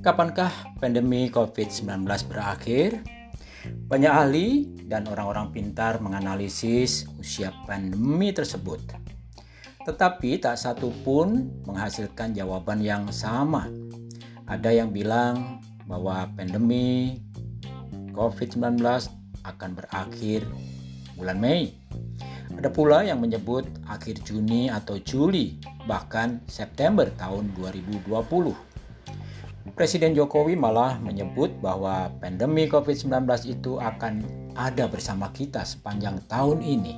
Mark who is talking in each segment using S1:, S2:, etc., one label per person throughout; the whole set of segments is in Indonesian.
S1: Kapankah pandemi COVID-19 berakhir? Banyak ahli dan orang-orang pintar menganalisis usia pandemi tersebut. Tetapi tak satu pun menghasilkan jawaban yang sama. Ada yang bilang bahwa pandemi COVID-19 akan berakhir bulan Mei. Ada pula yang menyebut akhir Juni atau Juli, bahkan September tahun 2020. Presiden Jokowi malah menyebut bahwa pandemi COVID-19 itu akan ada bersama kita sepanjang tahun ini.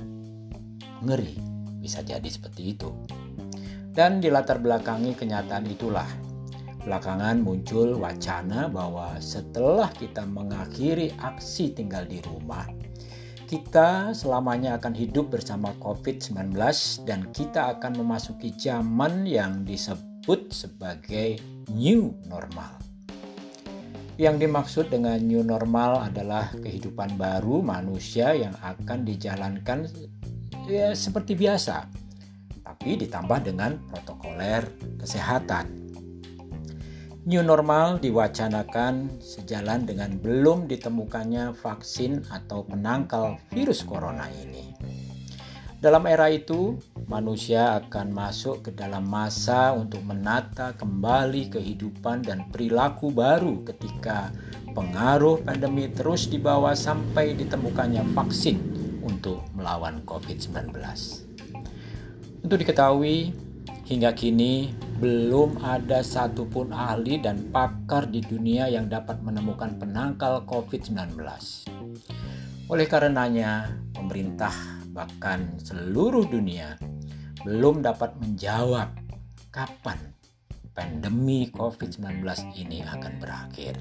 S1: Ngeri, bisa jadi seperti itu. Dan di latar belakangi kenyataan itulah, belakangan muncul wacana bahwa setelah kita mengakhiri aksi tinggal di rumah, kita selamanya akan hidup bersama COVID-19 dan kita akan memasuki zaman yang disebut sebagai new normal. Yang dimaksud dengan new normal adalah kehidupan baru manusia yang akan dijalankan seperti biasa, tapi ditambah dengan protokoler kesehatan. New normal diwacanakan sejalan dengan belum ditemukannya vaksin atau penangkal virus corona ini. Dalam era itu, manusia akan masuk ke dalam masa untuk menata kembali kehidupan dan perilaku baru ketika pengaruh pandemi terus dibawa sampai ditemukannya vaksin untuk melawan COVID-19. Untuk diketahui, hingga kini belum ada satupun ahli dan pakar di dunia yang dapat menemukan penangkal COVID-19. Oleh karenanya, pemerintah bahkan seluruh dunia belum dapat menjawab kapan pandemi COVID-19 ini akan berakhir.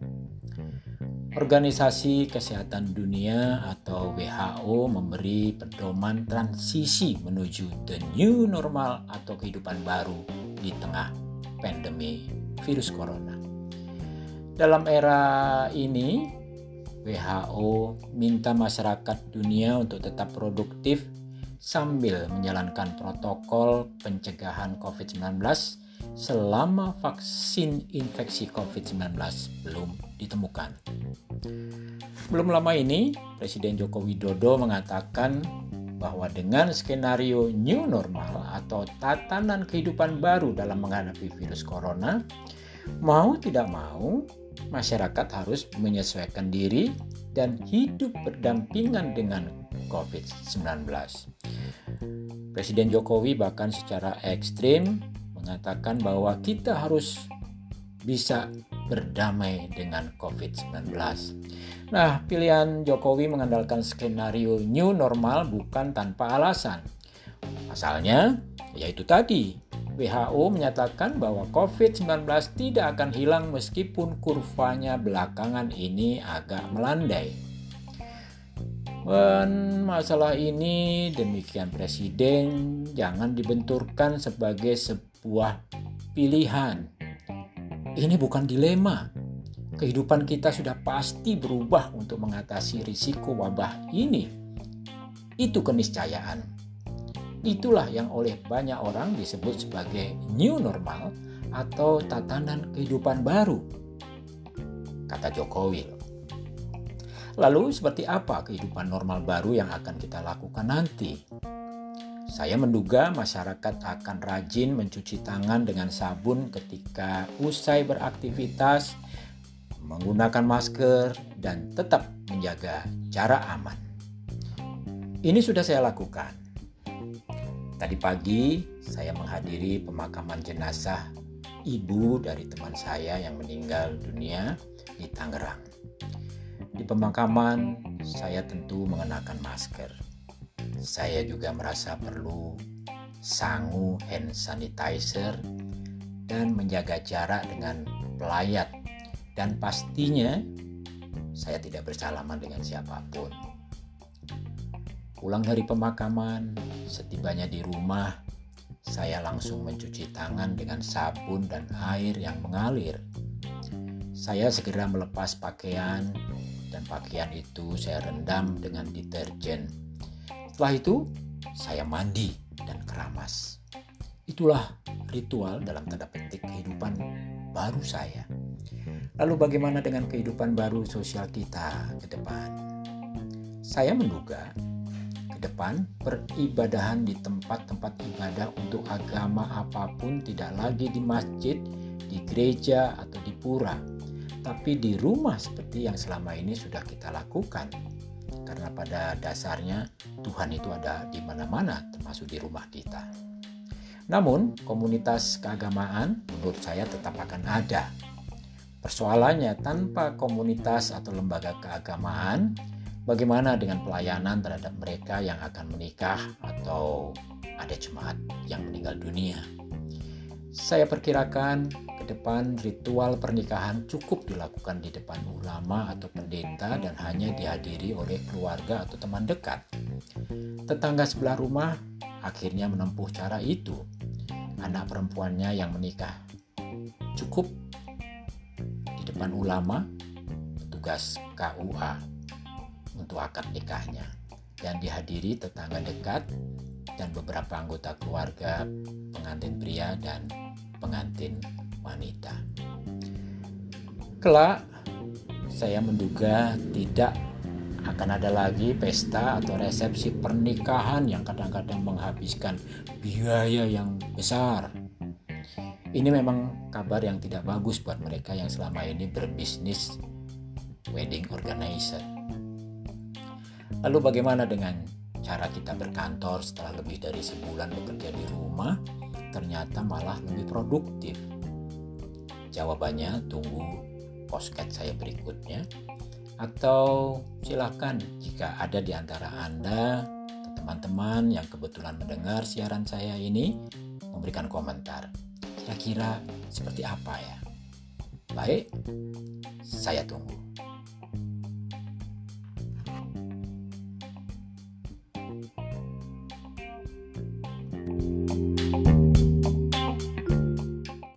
S1: Organisasi Kesehatan Dunia atau WHO memberi pedoman transisi menuju the new normal atau kehidupan baru di tengah pandemi virus corona. Dalam era ini, WHO minta masyarakat dunia untuk tetap produktif sambil menjalankan protokol pencegahan COVID-19 selama vaksin infeksi COVID-19 belum ditemukan. Belum lama ini, Presiden Joko Widodo mengatakan bahwa dengan skenario new normal atau tatanan kehidupan baru dalam menghadapi virus corona, mau tidak mau, masyarakat harus menyesuaikan diri dan hidup berdampingan dengan COVID-19. Presiden Jokowi bahkan secara ekstrim mengatakan bahwa kita harus bisa berdamai dengan COVID-19. Nah, pilihan Jokowi mengandalkan skenario new normal bukan tanpa alasan. Pasalnya, yaitu tadi, WHO menyatakan bahwa COVID-19 tidak akan hilang meskipun kurvanya belakangan ini agak melandai. Dan masalah ini demikian Presiden jangan dibenturkan sebagai sebuah pilihan. Ini bukan dilema. Kehidupan kita sudah pasti berubah untuk mengatasi risiko wabah ini. Itu keniscayaan. Itulah yang oleh banyak orang disebut sebagai new normal atau tatanan kehidupan baru, kata Jokowi. Lalu seperti apa kehidupan normal baru yang akan kita lakukan nanti? Saya menduga masyarakat akan rajin mencuci tangan dengan sabun ketika usai beraktivitas, menggunakan masker, dan tetap menjaga jarak aman. Ini sudah saya lakukan. Tadi pagi saya menghadiri pemakaman jenazah ibu dari teman saya yang meninggal dunia di Tangerang. Di pemakaman saya tentu mengenakan masker. Saya juga merasa perlu sangu hand sanitizer dan menjaga jarak dengan pelayat, dan pastinya saya tidak bersalaman dengan siapapun. Pulang dari pemakaman, setibanya di rumah, saya langsung mencuci tangan dengan sabun dan air yang mengalir. Saya segera melepas pakaian, dan pakaian itu saya rendam dengan deterjen. Setelah itu, saya mandi dan keramas. Itulah ritual dalam tanda petik kehidupan baru saya. Lalu bagaimana dengan kehidupan baru sosial kita ke depan? Saya menduga ke depan peribadahan di tempat-tempat ibadah untuk agama apapun tidak lagi di masjid, di gereja atau di pura, tapi di rumah seperti yang selama ini sudah kita lakukan. Karena pada dasarnya Tuhan itu ada di mana-mana, termasuk di rumah kita. Namun, komunitas keagamaan menurut saya tetap akan ada. Persoalannya, tanpa komunitas atau lembaga keagamaan, bagaimana dengan pelayanan terhadap mereka yang akan menikah atau ada jemaat yang meninggal dunia? Saya perkirakan ke depan ritual pernikahan cukup dilakukan di depan ulama atau pendeta dan hanya dihadiri oleh keluarga atau teman dekat. Tetangga sebelah rumah akhirnya menempuh cara itu. Anak perempuannya yang menikah cukup di depan ulama, petugas KUA untuk akad nikahnya, dan dihadiri tetangga dekat dan beberapa anggota keluarga, pengantin pria dan pengantin wanita. Kelak, saya menduga tidak akan ada lagi pesta atau resepsi pernikahan yang kadang-kadang menghabiskan biaya yang besar. Ini memang kabar yang tidak bagus buat mereka yang selama ini berbisnis wedding organizer. Lalu bagaimana dengan cara kita berkantor setelah lebih dari sebulan bekerja di rumah, ternyata malah lebih produktif? Jawabannya tunggu podcast saya berikutnya. Atau silakan jika ada di antara Anda atau teman-teman yang kebetulan mendengar siaran saya ini, memberikan komentar. Kira-kira seperti apa ya? Baik, saya tunggu.